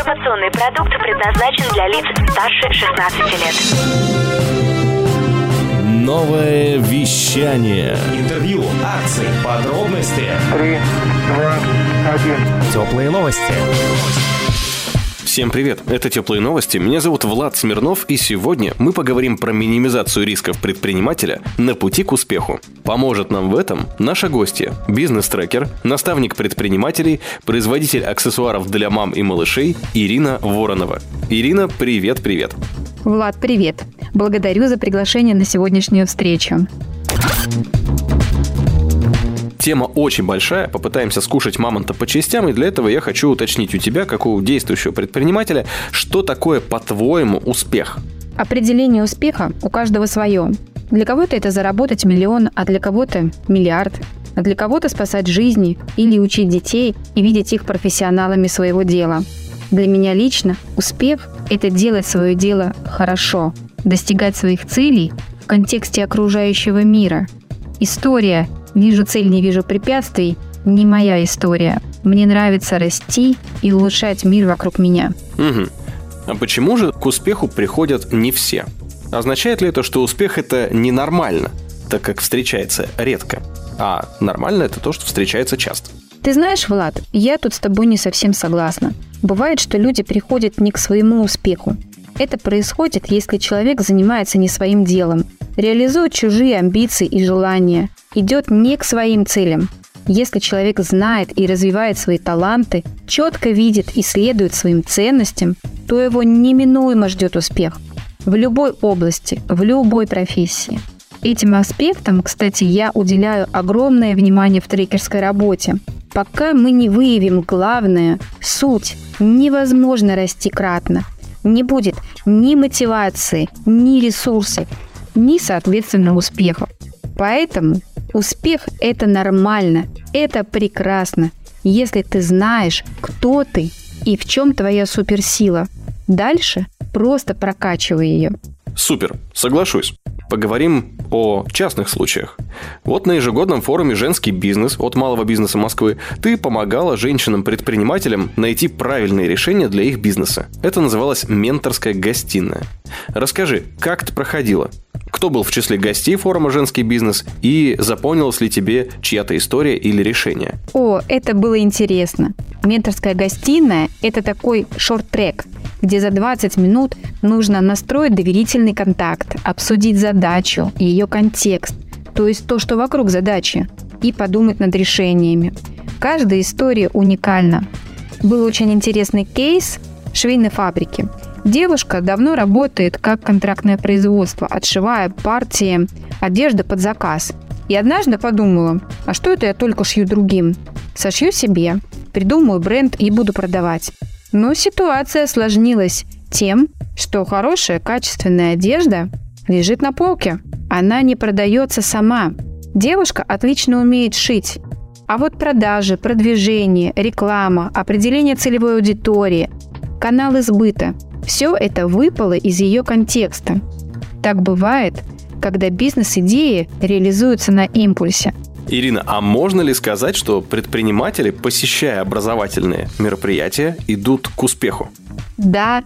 Информационный продукт предназначен для лиц старше 16 лет. Новое вещание. Интервью, акции, подробности. 3, 2, 1. Теплые новости. Всем привет, это «Теплые новости», меня зовут Влад Смирнов, и сегодня мы поговорим про минимизацию рисков предпринимателя на пути к успеху. Поможет нам в этом наша гостья, бизнес-трекер, наставник предпринимателей, производитель аксессуаров для мам и малышей Ирина Воронова. Ирина, привет-привет. Влад, привет. Благодарю за приглашение на сегодняшнюю встречу. Тема очень большая, попытаемся скушать мамонта по частям, и для этого я хочу уточнить у тебя, как у действующего предпринимателя, что такое, по-твоему, успех? Определение успеха у каждого свое. Для кого-то это заработать миллион, а для кого-то миллиард. А для кого-то спасать жизни или учить детей и видеть их профессионалами своего дела. Для меня лично успех – это делать свое дело хорошо, достигать своих целей в контексте окружающего мира. История «Вижу цель, не вижу препятствий» – не моя история. Мне нравится расти и улучшать мир вокруг меня. Угу. А почему же к успеху приходят не все? Означает ли это, что успех – это ненормально, так как встречается редко? А нормально – это то, что встречается часто. Ты знаешь, Влад, я тут с тобой не совсем согласна. Бывает, что люди приходят не к своему успеху. Это происходит, если человек занимается не своим делом, реализует чужие амбиции и желания, идет не к своим целям. Если человек знает и развивает свои таланты, четко видит и следует своим ценностям, то его неминуемо ждет успех. В любой области, в любой профессии. Этим аспектам, кстати, я уделяю огромное внимание в трекерской работе. Пока мы не выявим главное, суть, невозможно расти кратно. Не будет ни мотивации, ни ресурсов, ни, соответственно, успеха. Поэтому успех – это нормально, это прекрасно, если ты знаешь, кто ты и в чем твоя суперсила. Дальше просто прокачивай ее. Супер, соглашусь. Поговорим о частных случаях. Вот на ежегодном форуме «Женский бизнес» от Малого бизнеса Москвы ты помогала женщинам-предпринимателям найти правильные решения для их бизнеса. Это называлось «Менторская гостиная». Расскажи, как это проходило? Кто был в числе гостей форума «Женский бизнес» и запомнилась ли тебе чья-то история или решение? О, это было интересно. Менторская гостиная – это такой шорт-трек, где за 20 минут нужно настроить доверительный контакт, обсудить задачу и ее контекст, то есть то, что вокруг задачи, и подумать над решениями. Каждая история уникальна. Был очень интересный кейс швейной фабрики. Девушка давно работает как контрактное производство, отшивая партии одежды под заказ. И однажды подумала, а что это я только шью другим? Сошью себе, придумаю бренд и буду продавать. Но ситуация осложнилась тем, что хорошая качественная одежда лежит на полке. Она не продается сама. Девушка отлично умеет шить. А вот продажи, продвижение, реклама, определение целевой аудитории, каналы сбыта – все это выпало из ее контекста. Так бывает, когда бизнес-идеи реализуются на импульсе. Ирина, а можно ли сказать, что предприниматели, посещая образовательные мероприятия, идут к успеху? Да,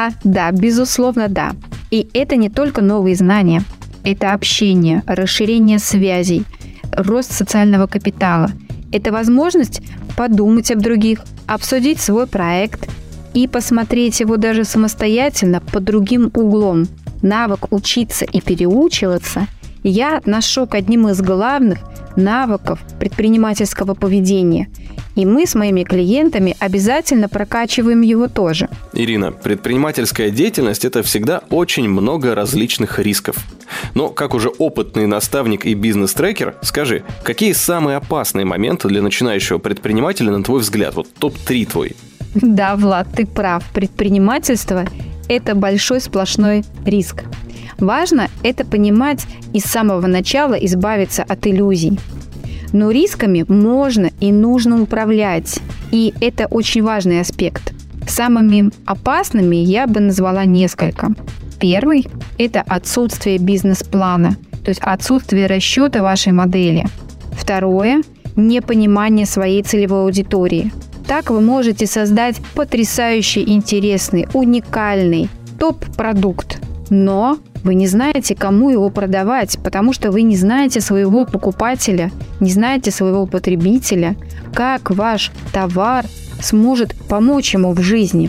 безусловно, да. И это не только новые знания. Это общение, расширение связей, рост социального капитала. Это возможность подумать об других, обсудить свой проект и посмотреть его даже самостоятельно под другим углом. Навык учиться и переучиваться я ношу к одним из главных навыков предпринимательского поведения. И мы с моими клиентами обязательно прокачиваем его тоже. Ирина, предпринимательская деятельность – это всегда очень много различных рисков. Но как уже опытный наставник и бизнес-трекер, скажи, какие самые опасные моменты для начинающего предпринимателя, на твой взгляд? Вот топ-3 твой. Да, Влад, ты прав. Предпринимательство – это большой сплошной риск. Важно это понимать и с самого начала избавиться от иллюзий. Но рисками можно и нужно управлять. И это очень важный аспект. Самыми опасными я бы назвала несколько. Первый – это отсутствие бизнес-плана, то есть отсутствие расчета вашей модели. Второе – непонимание своей целевой аудитории. Так вы можете создать потрясающий, интересный, уникальный топ-продукт. Но вы не знаете, кому его продавать, потому что вы не знаете своего покупателя, не знаете своего потребителя, как ваш товар сможет помочь ему в жизни.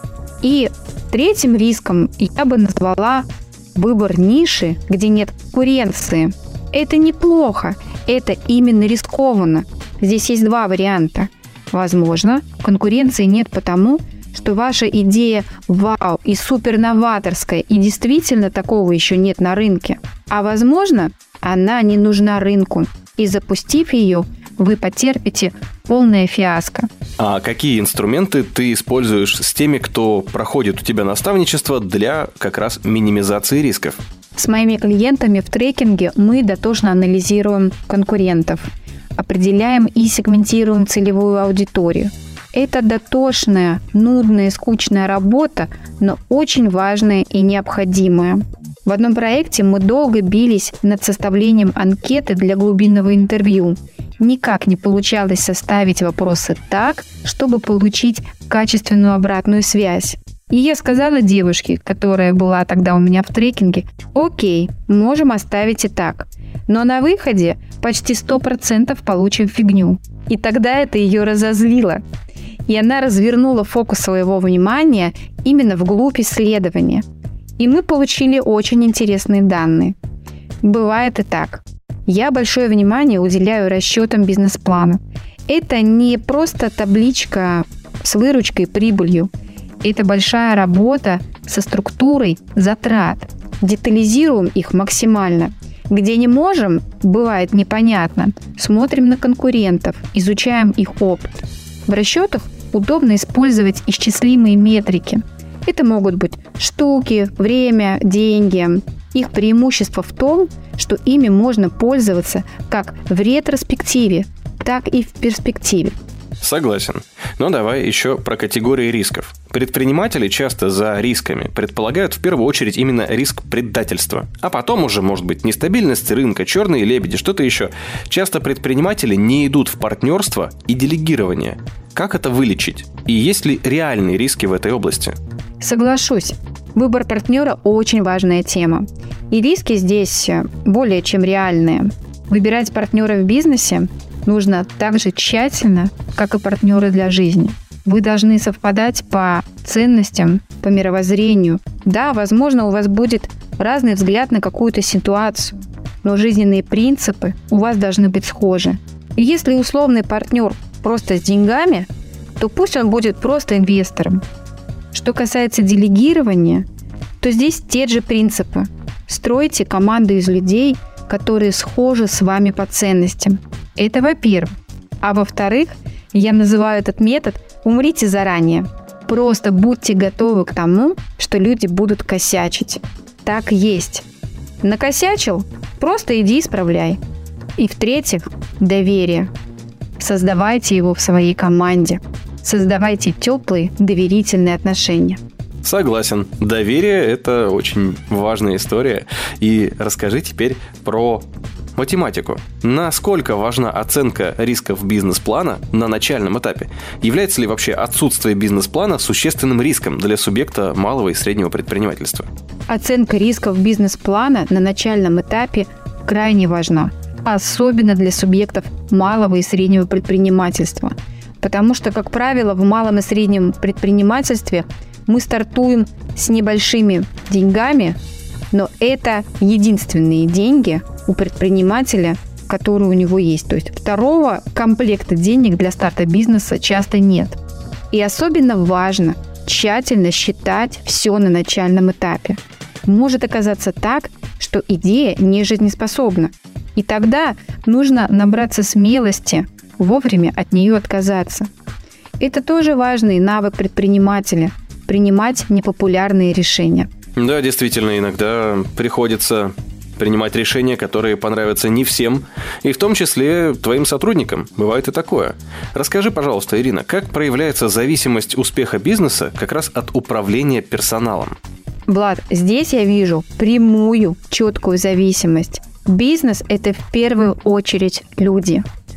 И третьим риском я бы назвала выбор ниши, где нет конкуренции. Это неплохо, это именно рискованно. Здесь есть два варианта. Возможно, конкуренции нет потому, что ваша идея вау и суперноваторская, и действительно такого еще нет на рынке. А возможно, она не нужна рынку, и запустив ее, вы потерпите полное фиаско. А какие инструменты ты используешь с теми, кто проходит у тебя наставничество для как раз минимизации рисков? С моими клиентами в трекинге мы дотошно анализируем конкурентов, определяем и сегментируем целевую аудиторию. Это дотошная, нудная, скучная работа, но очень важная и необходимая. В одном проекте мы долго бились над составлением анкеты для глубинного интервью. Никак не получалось составить вопросы так, чтобы получить качественную обратную связь. И я сказала девушке, которая была тогда у меня в трекинге: окей, можем оставить и так. Но на выходе почти 100% получим фигню. И тогда это ее разозлило. И она развернула фокус своего внимания именно вглубь исследования. И мы получили очень интересные данные. Бывает и так. Я большое внимание уделяю расчетам бизнес-плана. Это не просто табличка с выручкой и прибылью. Это большая работа со структурой затрат. Детализируем их максимально. Где не можем, бывает непонятно, смотрим на конкурентов, изучаем их опыт. В расчетах удобно использовать исчислимые метрики. Это могут быть штуки, время, деньги. Их преимущество в том, что ими можно пользоваться как в ретроспективе, так и в перспективе. Согласен. Но давай еще про категории рисков. Предприниматели часто за рисками предполагают в первую очередь именно риск предательства. А потом уже, может быть, нестабильность рынка, черные лебеди, что-то еще. Часто предприниматели не идут в партнерство и делегирование. Как это вылечить? И есть ли реальные риски в этой области? Соглашусь. Выбор партнера – очень важная тема. И риски здесь более чем реальные. Выбирать партнера в бизнесе нужно так же тщательно, как и партнеры для жизни. Вы должны совпадать по ценностям, по мировоззрению. Да, возможно, у вас будет разный взгляд на какую-то ситуацию, но жизненные принципы у вас должны быть схожи. И если условный партнер просто с деньгами, то пусть он будет просто инвестором. Что касается делегирования, то здесь те же принципы. Стройте команду из людей, которые схожи с вами по ценностям. Это во-первых. А во-вторых, я называю этот метод «умрите заранее». Просто будьте готовы к тому, что люди будут косячить. Так есть. Накосячил? Просто иди исправляй. И в-третьих, доверие. Создавайте его в своей команде. Создавайте теплые, доверительные отношения. Согласен. Доверие – это очень важная история. И расскажи теперь про математику. Насколько важна оценка рисков бизнес-плана на начальном этапе? Является ли вообще отсутствие бизнес-плана существенным риском для субъекта малого и среднего предпринимательства? Оценка рисков бизнес-плана на начальном этапе крайне важна, особенно для субъектов малого и среднего предпринимательства. Потому что, как правило, в малом и среднем предпринимательстве мы стартуем с небольшими деньгами, но это единственные деньги у предпринимателя, которые у него есть. То есть второго комплекта денег для старта бизнеса часто нет. И особенно важно тщательно считать все на начальном этапе. Может оказаться так, что идея не жизнеспособна. И тогда нужно набраться смелости вовремя от нее отказаться. Это тоже важный навык предпринимателя – принимать непопулярные решения. Да, действительно, иногда приходится принимать решения, которые понравятся не всем, и в том числе твоим сотрудникам. Бывает и такое. Расскажи, пожалуйста, Ирина, как проявляется зависимость успеха бизнеса как раз от управления персоналом? Влад, здесь я вижу прямую, четкую зависимость. Бизнес – это в первую очередь люди.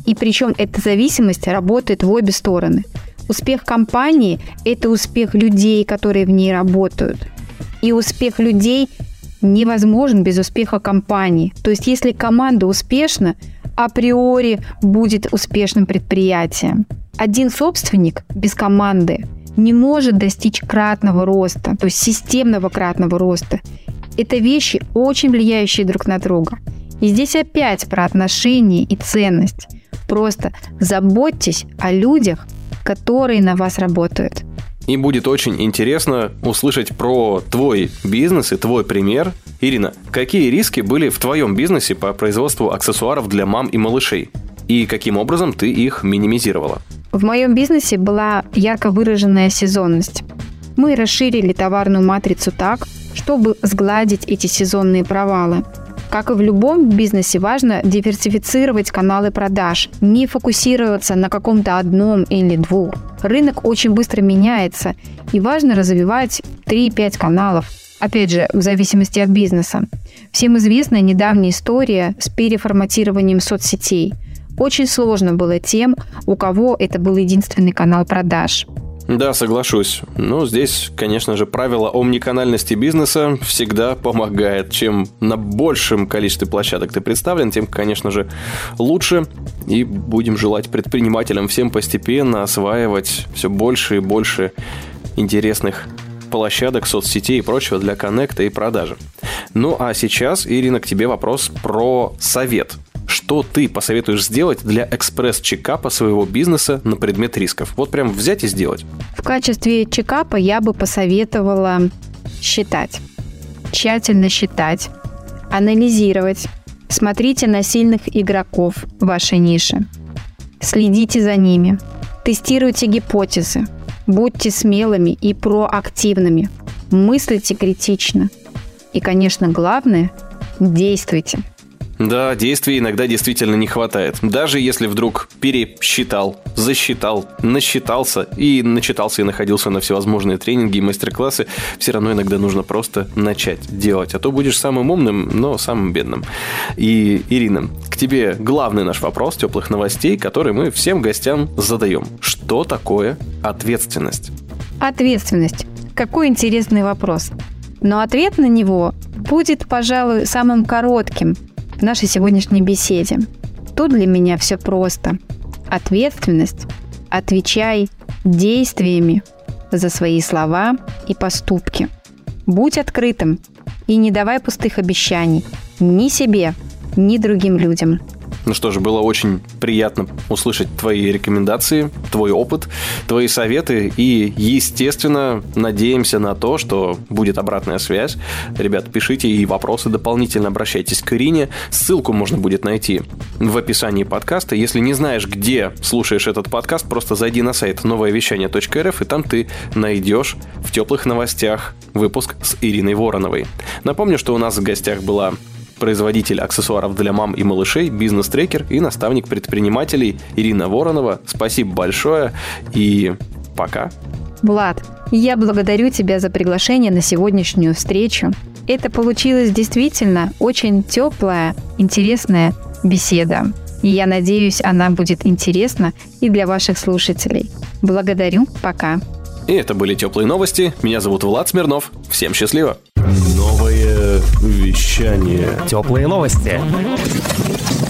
И причем эта зависимость работает в обе стороны. Успех компании – это успех людей, которые в ней работают. И успех людей невозможен без успеха компании. То есть если команда успешна, априори будет успешным предприятием. Один собственник без команды не может достичь кратного роста, то есть системного кратного роста. Это вещи, очень влияющие друг на друга. И здесь опять про отношения и ценность. Просто заботьтесь о людях, которые на вас работают. И будет очень интересно услышать про твой бизнес и твой пример. Ирина, какие риски были в твоем бизнесе по производству аксессуаров для мам и малышей? И каким образом ты их минимизировала? В моем бизнесе была ярко выраженная сезонность. Мы расширили товарную матрицу так, чтобы сгладить эти сезонные провалы. Как и в любом бизнесе, важно диверсифицировать каналы продаж, не фокусироваться на каком-то одном или двух. Рынок очень быстро меняется, и важно развивать 3-5 каналов. Опять же, в зависимости от бизнеса. Всем известна недавняя история с переформатированием соцсетей. Очень сложно было тем, у кого это был единственный канал продаж. Да, соглашусь. Но здесь, конечно же, правило омниканальности бизнеса всегда помогает. Чем на большем количестве площадок ты представлен, тем, конечно же, лучше. И будем желать предпринимателям всем постепенно осваивать все больше и больше интересных площадок, соцсетей и прочего для коннекта и продажи. Ну, а сейчас, Ирина, к тебе вопрос про совет. Что ты посоветуешь сделать для экспресс-чекапа своего бизнеса на предмет рисков? Вот прям взять и сделать. В качестве чекапа я бы посоветовала считать. Тщательно считать, анализировать. Смотрите на сильных игроков в вашей нише. Следите за ними. Тестируйте гипотезы. Будьте смелыми и проактивными. Мыслите критично. И, конечно, главное – действуйте. Да, действий иногда действительно не хватает. Даже если вдруг пересчитал, засчитал, насчитался и начитался и находился на всевозможные тренинги и мастер-классы, все равно иногда нужно просто начать делать. А то будешь самым умным, но самым бедным. И, Ирина, к тебе главный наш вопрос теплых новостей, который мы всем гостям задаем. Что такое ответственность? Ответственность. Какой интересный вопрос. Но ответ на него будет, пожалуй, самым коротким в нашей сегодняшней беседе. Тут для меня все просто. Ответственность. Отвечай действиями за свои слова и поступки. Будь открытым и не давай пустых обещаний ни себе, ни другим людям. Ну что же, было очень приятно услышать твои рекомендации, твой опыт, твои советы. И, естественно, надеемся на то, что будет обратная связь. Ребят, пишите и вопросы дополнительно обращайтесь к Ирине. Ссылку можно будет найти в описании подкаста. Если не знаешь, где слушаешь этот подкаст, просто зайди на сайт новоевещание.рф, и там ты найдешь в теплых новостях выпуск с Ириной Вороновой. Напомню, что у нас в гостях была производитель аксессуаров для мам и малышей, бизнес-трекер и наставник предпринимателей Ирина Воронова. Спасибо большое и пока. Влад, я благодарю тебя за приглашение на сегодняшнюю встречу. Это получилась действительно очень теплая, интересная беседа. И я надеюсь, она будет интересна и для ваших слушателей. Благодарю, пока. И это были теплые новости. Меня зовут Влад Смирнов. Всем счастливо. Новое вещание. Теплые новости.